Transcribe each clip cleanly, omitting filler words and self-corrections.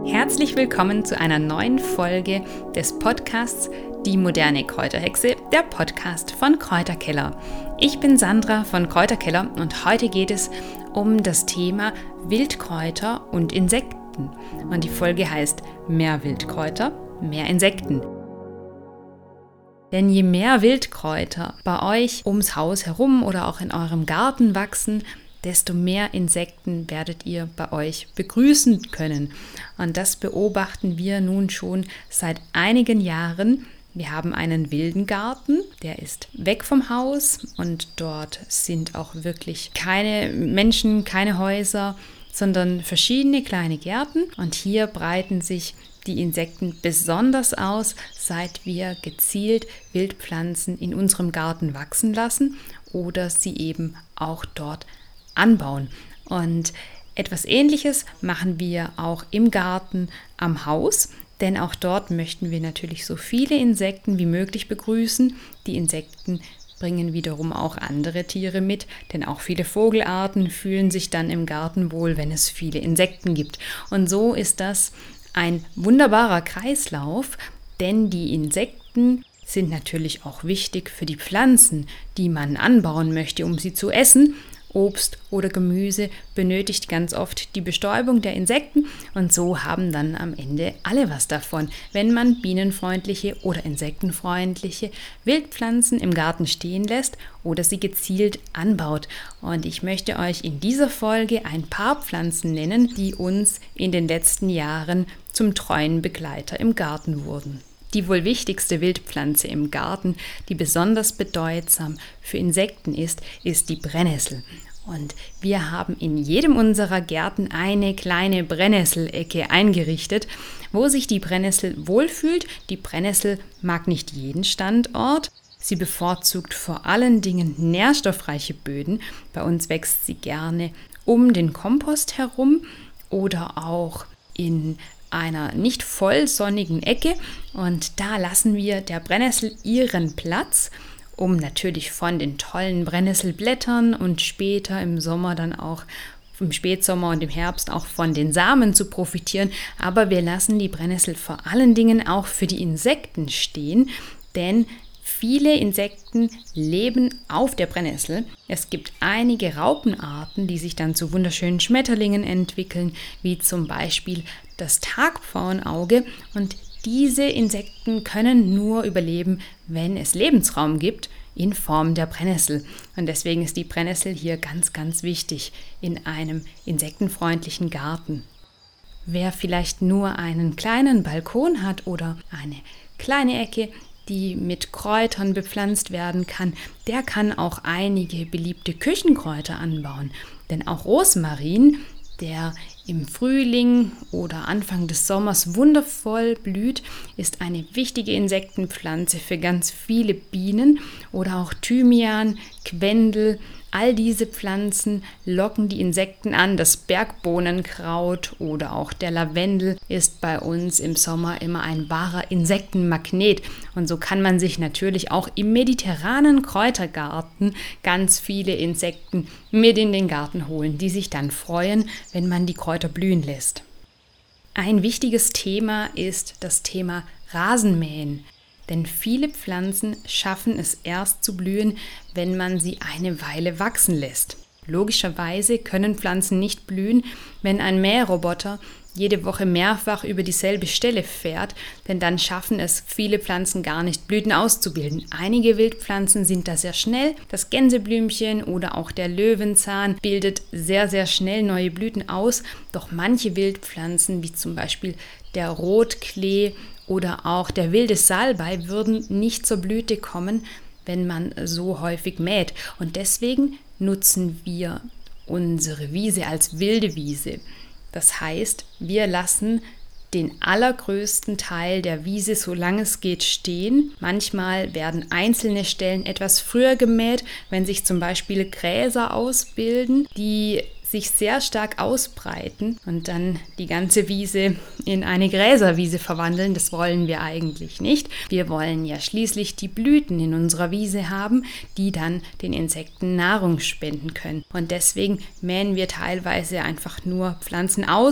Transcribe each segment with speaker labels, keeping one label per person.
Speaker 1: Herzlich willkommen zu einer neuen Folge des Podcasts Die moderne Kräuterhexe, der Podcast von Kräuterkeller. Ich bin Sandra von Kräuterkeller und heute geht es um das Thema Wildkräuter und Insekten. Und die Folge heißt Mehr Wildkräuter, mehr Insekten. Denn je mehr Wildkräuter bei euch ums Haus herum oder auch in eurem Garten wachsen, desto mehr Insekten werdet ihr bei euch begrüßen können. Und das beobachten wir nun schon seit einigen Jahren. Wir haben einen wilden Garten, der ist weg vom Haus und dort sind auch wirklich keine Menschen, keine Häuser, sondern verschiedene kleine Gärten. Und hier breiten sich die Insekten besonders aus, seit wir gezielt Wildpflanzen in unserem Garten wachsen lassen oder sie eben auch dort anbauen. Und etwas Ähnliches machen wir auch im Garten am Haus, denn auch dort möchten wir natürlich so viele Insekten wie möglich begrüßen. Die Insekten bringen wiederum auch andere Tiere mit, denn auch viele Vogelarten fühlen sich dann im Garten wohl, wenn es viele Insekten gibt. Und so ist das ein wunderbarer Kreislauf, denn die Insekten sind natürlich auch wichtig für die Pflanzen, die man anbauen möchte, um sie zu essen. Obst oder Gemüse benötigt ganz oft die Bestäubung der Insekten und so haben dann am Ende alle was davon, wenn man bienenfreundliche oder insektenfreundliche Wildpflanzen im Garten stehen lässt oder sie gezielt anbaut. Und ich möchte euch in dieser Folge ein paar Pflanzen nennen, die uns in den letzten Jahren zum treuen Begleiter im Garten wurden. Die wohl wichtigste Wildpflanze im Garten, die besonders bedeutsam für Insekten ist die Brennnessel. Und wir haben in jedem unserer Gärten eine kleine Brennnesselecke eingerichtet, wo sich die Brennnessel wohlfühlt. Die Brennnessel mag nicht jeden Standort. Sie bevorzugt vor allen Dingen nährstoffreiche Böden. Bei uns wächst sie gerne um den Kompost herum oder auch in einer nicht voll sonnigen Ecke und da lassen wir der Brennnessel ihren Platz, um natürlich von den tollen Brennnesselblättern und später im Sommer dann auch im Spätsommer und im Herbst auch von den Samen zu profitieren, aber wir lassen die Brennnessel vor allen Dingen auch für die Insekten stehen, denn viele Insekten leben auf der Brennnessel. Es gibt einige Raupenarten, die sich dann zu wunderschönen Schmetterlingen entwickeln, wie zum Beispiel das Tagpfauenauge. Und diese Insekten können nur überleben, wenn es Lebensraum gibt in Form der Brennnessel. Und deswegen ist die Brennnessel hier ganz, ganz wichtig in einem insektenfreundlichen Garten. Wer vielleicht nur einen kleinen Balkon hat oder eine kleine Ecke, die mit Kräutern bepflanzt werden kann, der kann auch einige beliebte Küchenkräuter anbauen. Denn auch Rosmarin, der im Frühling oder Anfang des Sommers wundervoll blüht, ist eine wichtige Insektenpflanze für ganz viele Bienen oder auch Thymian, Quendel. All diese Pflanzen locken die Insekten an. Das Bergbohnenkraut oder auch der Lavendel ist bei uns im Sommer immer ein wahrer Insektenmagnet. Und so kann man sich natürlich auch im mediterranen Kräutergarten ganz viele Insekten mit in den Garten holen, die sich dann freuen, wenn man die Kräuter blühen lässt. Ein wichtiges Thema ist das Thema Rasenmähen. Denn viele Pflanzen schaffen es erst zu blühen, wenn man sie eine Weile wachsen lässt. Logischerweise können Pflanzen nicht blühen, wenn ein Mähroboter jede Woche mehrfach über dieselbe Stelle fährt, denn dann schaffen es viele Pflanzen gar nicht, Blüten auszubilden. Einige Wildpflanzen sind da sehr schnell. Das Gänseblümchen oder auch der Löwenzahn bildet sehr, sehr schnell neue Blüten aus. Doch manche Wildpflanzen, wie zum Beispiel der Rotklee oder auch der wilde Salbei, würden nicht zur Blüte kommen, wenn man so häufig mäht. Und deswegen nutzen wir unsere Wiese als wilde Wiese. Das heißt, wir lassen den allergrößten Teil der Wiese, solange es geht, stehen. Manchmal werden einzelne Stellen etwas früher gemäht, wenn sich zum Beispiel Gräser ausbilden, die sich sehr stark ausbreiten und dann die ganze Wiese in eine Gräserwiese verwandeln. Das wollen wir eigentlich nicht. Wir wollen ja schließlich die Blüten in unserer Wiese haben, die dann den Insekten Nahrung spenden können. Und deswegen mähen wir teilweise einfach nur Pflanzen aus,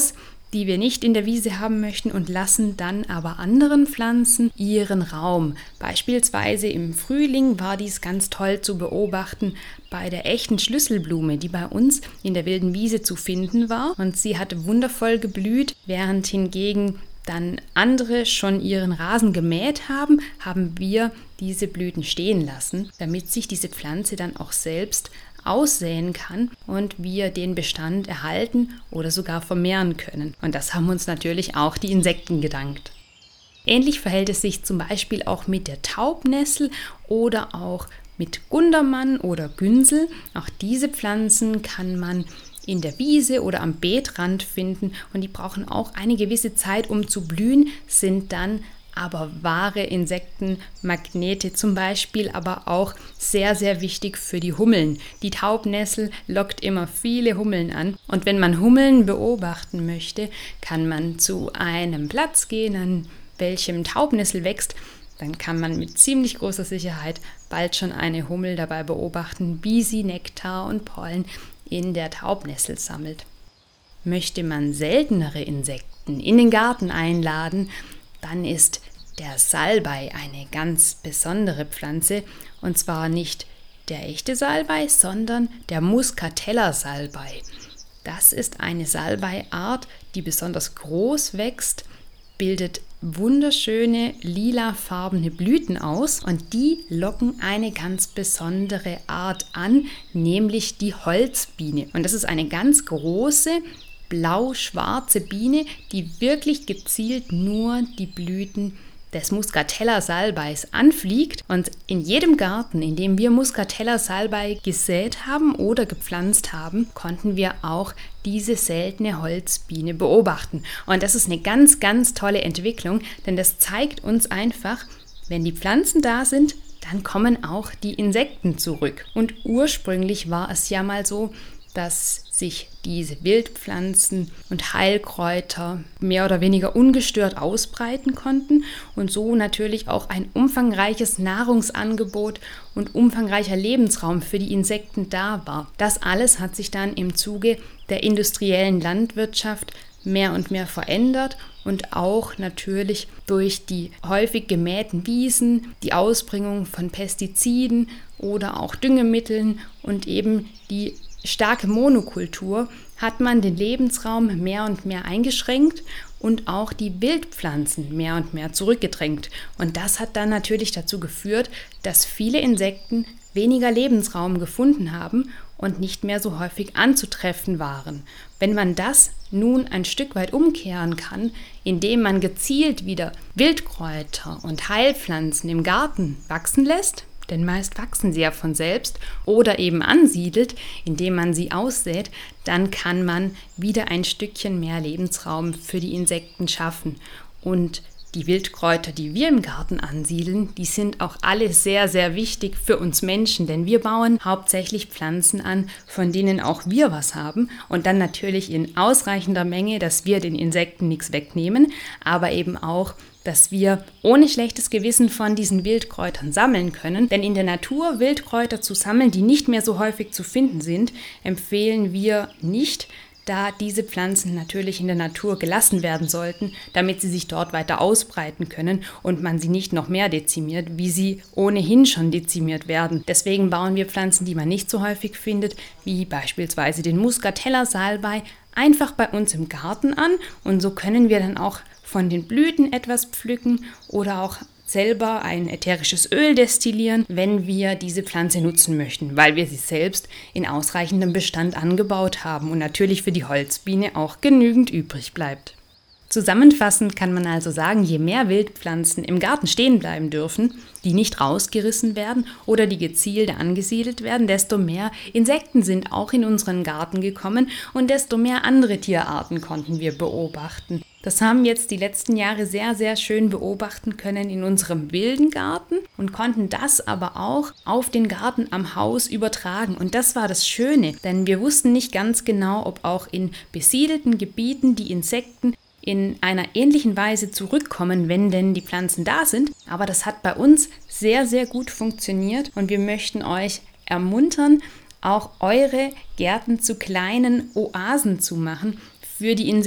Speaker 1: die wir nicht in der Wiese haben möchten und lassen dann aber anderen Pflanzen ihren Raum. Beispielsweise im Frühling war dies ganz toll zu beobachten bei der echten Schlüsselblume, die bei uns in der wilden Wiese zu finden war, und sie hatte wundervoll geblüht, während hingegen dann andere schon ihren Rasen gemäht haben, haben wir diese Blüten stehen lassen, damit sich diese Pflanze dann auch selbst aussäen kann und wir den Bestand erhalten oder sogar vermehren können. Und das haben uns natürlich auch die Insekten gedankt. Ähnlich verhält es sich zum Beispiel auch mit der Taubnessel oder auch mit Gundermann oder Günsel. Auch diese Pflanzen kann man in der Wiese oder am Beetrand finden und die brauchen auch eine gewisse Zeit, um zu blühen, sind dann aber wahre Insektenmagnete zum Beispiel, aber auch sehr, sehr wichtig für die Hummeln. Die Taubnessel lockt immer viele Hummeln an und wenn man Hummeln beobachten möchte, kann man zu einem Platz gehen, an welchem Taubnessel wächst. Dann kann man mit ziemlich großer Sicherheit bald schon eine Hummel dabei beobachten, wie sie Nektar und Pollen in der Taubnessel sammelt. Möchte man seltenere Insekten in den Garten einladen, dann ist der Salbei eine ganz besondere Pflanze, und zwar nicht der echte Salbei, sondern der Muscatella-Salbei. Das ist eine Salbeiart, die besonders groß wächst, bildet wunderschöne lilafarbene Blüten aus und die locken eine ganz besondere Art an, nämlich die Holzbiene. Und das ist eine ganz große, blau-schwarze Biene, die wirklich gezielt nur die Blüten des Muscatella-Salbeis anfliegt. Und in jedem Garten, in dem wir Muscatella-Salbei gesät haben oder gepflanzt haben, konnten wir auch diese seltene Holzbiene beobachten. Und das ist eine ganz, ganz tolle Entwicklung, denn das zeigt uns einfach, wenn die Pflanzen da sind, dann kommen auch die Insekten zurück. Und ursprünglich war es ja mal so, dass sich diese Wildpflanzen und Heilkräuter mehr oder weniger ungestört ausbreiten konnten und so natürlich auch ein umfangreiches Nahrungsangebot und umfangreicher Lebensraum für die Insekten da war. Das alles hat sich dann im Zuge der industriellen Landwirtschaft mehr und mehr verändert und auch natürlich durch die häufig gemähten Wiesen, die Ausbringung von Pestiziden oder auch Düngemitteln und eben die starke Monokultur hat man den Lebensraum mehr und mehr eingeschränkt und auch die Wildpflanzen mehr und mehr zurückgedrängt. Und das hat dann natürlich dazu geführt, dass viele Insekten weniger Lebensraum gefunden haben und nicht mehr so häufig anzutreffen waren. Wenn man das nun ein Stück weit umkehren kann, indem man gezielt wieder Wildkräuter und Heilpflanzen im Garten wachsen lässt, denn meist wachsen sie ja von selbst, oder eben ansiedelt, indem man sie aussät, dann kann man wieder ein Stückchen mehr Lebensraum für die Insekten schaffen. Und die Wildkräuter, die wir im Garten ansiedeln, die sind auch alle sehr, sehr wichtig für uns Menschen, denn wir bauen hauptsächlich Pflanzen an, von denen auch wir was haben und dann natürlich in ausreichender Menge, dass wir den Insekten nichts wegnehmen, aber eben auch, dass wir ohne schlechtes Gewissen von diesen Wildkräutern sammeln können. Denn in der Natur Wildkräuter zu sammeln, die nicht mehr so häufig zu finden sind, empfehlen wir nicht, da diese Pflanzen natürlich in der Natur gelassen werden sollten, damit sie sich dort weiter ausbreiten können und man sie nicht noch mehr dezimiert, wie sie ohnehin schon dezimiert werden. Deswegen bauen wir Pflanzen, die man nicht so häufig findet, wie beispielsweise den Muscatella-Salbei, einfach bei uns im Garten an und so können wir dann auch von den Blüten etwas pflücken oder auch selber ein ätherisches Öl destillieren, wenn wir diese Pflanze nutzen möchten, weil wir sie selbst in ausreichendem Bestand angebaut haben und natürlich für die Holzbiene auch genügend übrig bleibt. Zusammenfassend kann man also sagen, je mehr Wildpflanzen im Garten stehen bleiben dürfen, die nicht rausgerissen werden oder die gezielt angesiedelt werden, desto mehr Insekten sind auch in unseren Garten gekommen und desto mehr andere Tierarten konnten wir beobachten. Das haben wir jetzt die letzten Jahre sehr, sehr schön beobachten können in unserem wilden Garten und konnten das aber auch auf den Garten am Haus übertragen. Und das war das Schöne, denn wir wussten nicht ganz genau, ob auch in besiedelten Gebieten die Insekten in einer ähnlichen Weise zurückkommen, wenn denn die Pflanzen da sind. Aber das hat bei uns sehr, sehr gut funktioniert und wir möchten euch ermuntern, auch eure Gärten zu kleinen Oasen zu machen für die Insekten,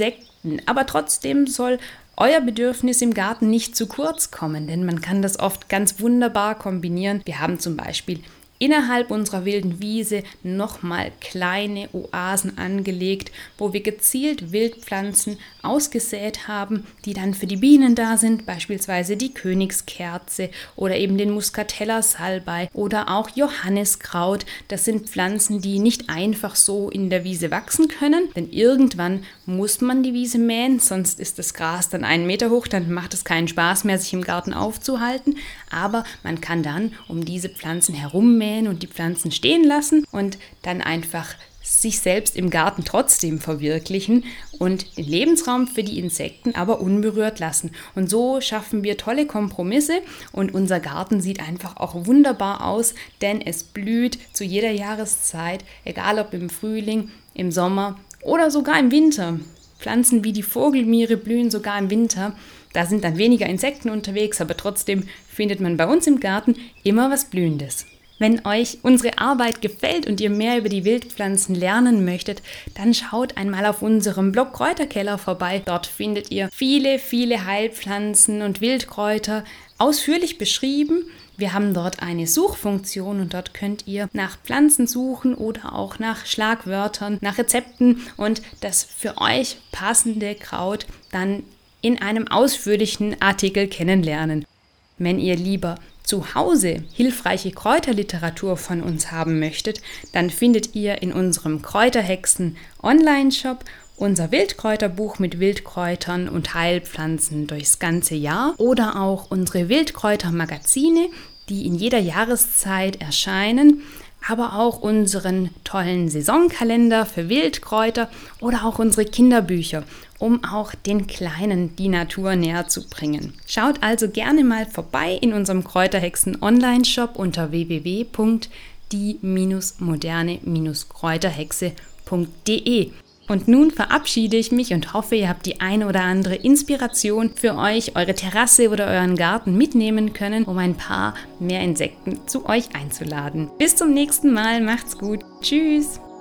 Speaker 1: Insekten. Aber trotzdem soll euer Bedürfnis im Garten nicht zu kurz kommen, denn man kann das oft ganz wunderbar kombinieren. Wir haben zum Beispiel innerhalb unserer wilden Wiese nochmal kleine Oasen angelegt, wo wir gezielt Wildpflanzen ausgesät haben, die dann für die Bienen da sind, beispielsweise die Königskerze oder eben den Muscatella Salbei oder auch Johanniskraut. Das sind Pflanzen, die nicht einfach so in der Wiese wachsen können, denn irgendwann muss man die Wiese mähen, sonst ist das Gras dann 1 Meter hoch, dann macht es keinen Spaß mehr, sich im Garten aufzuhalten. Aber man kann dann um diese Pflanzen herummähen und die Pflanzen stehen lassen und dann einfach sich selbst im Garten trotzdem verwirklichen und den Lebensraum für die Insekten aber unberührt lassen. Und so schaffen wir tolle Kompromisse und unser Garten sieht einfach auch wunderbar aus, denn es blüht zu jeder Jahreszeit, egal ob im Frühling, im Sommer oder sogar im Winter. Pflanzen wie die Vogelmiere blühen sogar im Winter. Da sind dann weniger Insekten unterwegs, aber trotzdem findet man bei uns im Garten immer was Blühendes. Wenn euch unsere Arbeit gefällt und ihr mehr über die Wildpflanzen lernen möchtet, dann schaut einmal auf unserem Blog Kräuterkeller vorbei. Dort findet ihr viele, viele Heilpflanzen und Wildkräuter ausführlich beschrieben. Wir haben dort eine Suchfunktion und dort könnt ihr nach Pflanzen suchen oder auch nach Schlagwörtern, nach Rezepten und das für euch passende Kraut dann in einem ausführlichen Artikel kennenlernen. Wenn ihr lieber zu Hause hilfreiche Kräuterliteratur von uns haben möchtet, dann findet ihr in unserem Kräuterhexen Online-Shop unser Wildkräuterbuch mit Wildkräutern und Heilpflanzen durchs ganze Jahr oder auch unsere Wildkräutermagazine, die in jeder Jahreszeit erscheinen, aber auch unseren tollen Saisonkalender für Wildkräuter oder auch unsere Kinderbücher, um auch den Kleinen die Natur näher zu bringen. Schaut also gerne mal vorbei in unserem Kräuterhexen Online-Shop unter www.die-moderne-kräuterhexe.de. Und nun verabschiede ich mich und hoffe, ihr habt die eine oder andere Inspiration für euch, eure Terrasse oder euren Garten mitnehmen können, um ein paar mehr Insekten zu euch einzuladen. Bis zum nächsten Mal, macht's gut, tschüss!